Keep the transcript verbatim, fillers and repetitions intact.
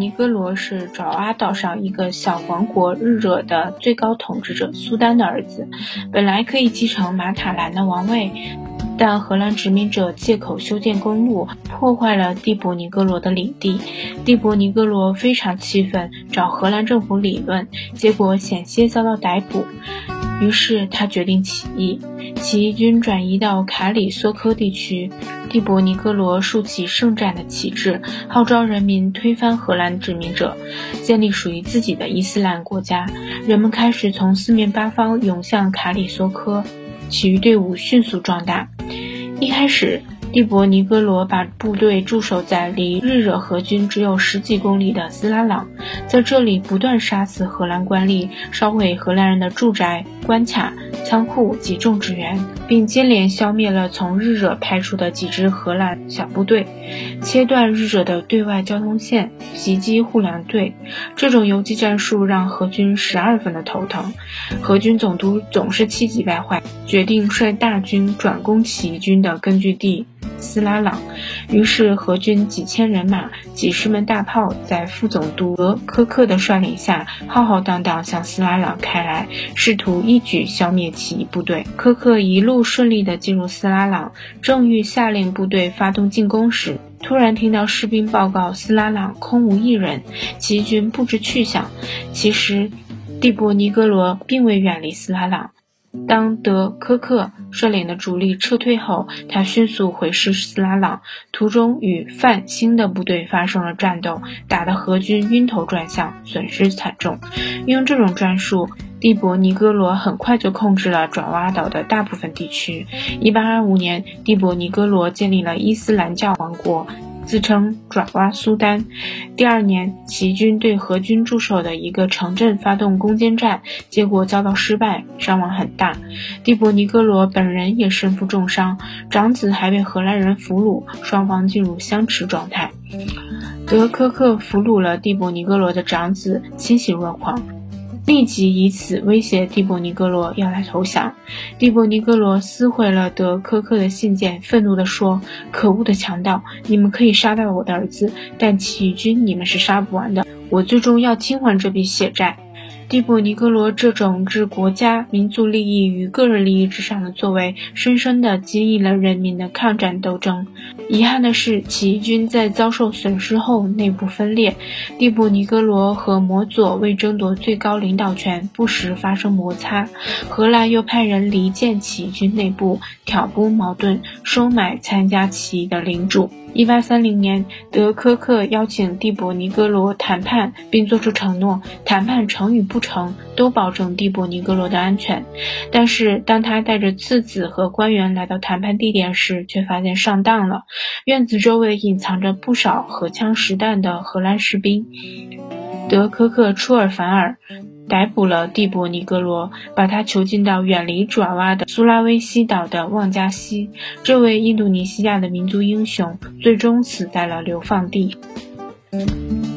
尼哥罗是爪哇岛上一个小王国日惹的最高统治者苏丹的儿子，本来可以继承马塔兰的王位，但荷兰殖民者借口修建公路，破坏了蒂博尼哥罗的领地。蒂博尼哥罗非常气愤，找荷兰政府理论，结果险些遭到逮捕。于是他决定起义，起义军转移到卡里索科地区，蒂博尼哥罗竖起圣战的旗帜，号召人民推翻荷兰殖民者，建立属于自己的伊斯兰国家。人们开始从四面八方涌向卡里索科，起义队伍迅速壮大。一开始，蒂博尼哥罗把部队驻守在离日惹荷军只有十几公里的斯拉朗，在这里不断杀死荷兰官吏，烧毁荷兰人的住宅、关卡、仓库及种植园，并接连消灭了从日惹派出的几支荷兰小部队，切断日惹的对外交通线，袭击护粮队。这种游击战术让荷军十二分的头疼。荷军总督总是气急败坏，决定率大军转攻起义军的根据地斯拉朗。于是荷军几千人马、几十门大炮在副总督德科克的率领下浩浩荡荡向斯拉朗开来，试图一举消灭起义部队。科克一路顺利地进入斯拉朗，正欲下令部队发动进攻时，突然听到士兵报告斯拉朗空无一人，起义军不知去向。其实蒂博尼哥罗并未远离斯拉朗。当德科克率领的主力撤退后，他迅速回师斯拉朗，途中与范兴的部队发生了战斗，打得荷军晕头转向，损失惨重。用这种战术，蒂博尼哥罗很快就控制了爪哇岛的大部分地区。一八二五年，蒂博尼哥罗建立了伊斯兰教王国，自称爪哇苏丹。第二年，起义军对荷军驻守的一个城镇发动攻坚战，结果遭到失败，伤亡很大。蒂博尼哥罗本人也身负重伤，长子还被荷兰人俘虏，双方进入相持状态。德科克俘虏了蒂博尼哥罗的长子，欣喜若狂，立即以此威胁蒂博尼哥罗要来投降。蒂博尼哥罗撕毁了德科克的信件，愤怒地说：可恶的强盗，你们可以杀掉我的儿子，但起义军你们是杀不完的，我最终要清还这笔血债。蒂博尼哥罗这种置国家民族利益于个人利益之上的作为，深深地激励了人民的抗战斗争。遗憾的是，起义军在遭受损失后内部分裂，蒂博尼哥罗和摩佐为争夺最高领导权不时发生摩擦。荷兰又派人离间起义军内部，挑拨矛盾，收买参加起义的领主。一八三零年，德科克邀请蒂博尼哥罗谈判，并作出承诺，谈判成与不成都保证蒂博尼哥罗的安全。但是当他带着次子和官员来到谈判地点时，却发现上当了，院子周围隐藏着不少荷枪实弹的荷兰士兵。德科克出尔反尔，逮捕了蒂博尼哥罗，把他囚禁到远离爪哇的苏拉威西岛的旺加西。这位印度尼西亚的民族英雄最终死在了流放地。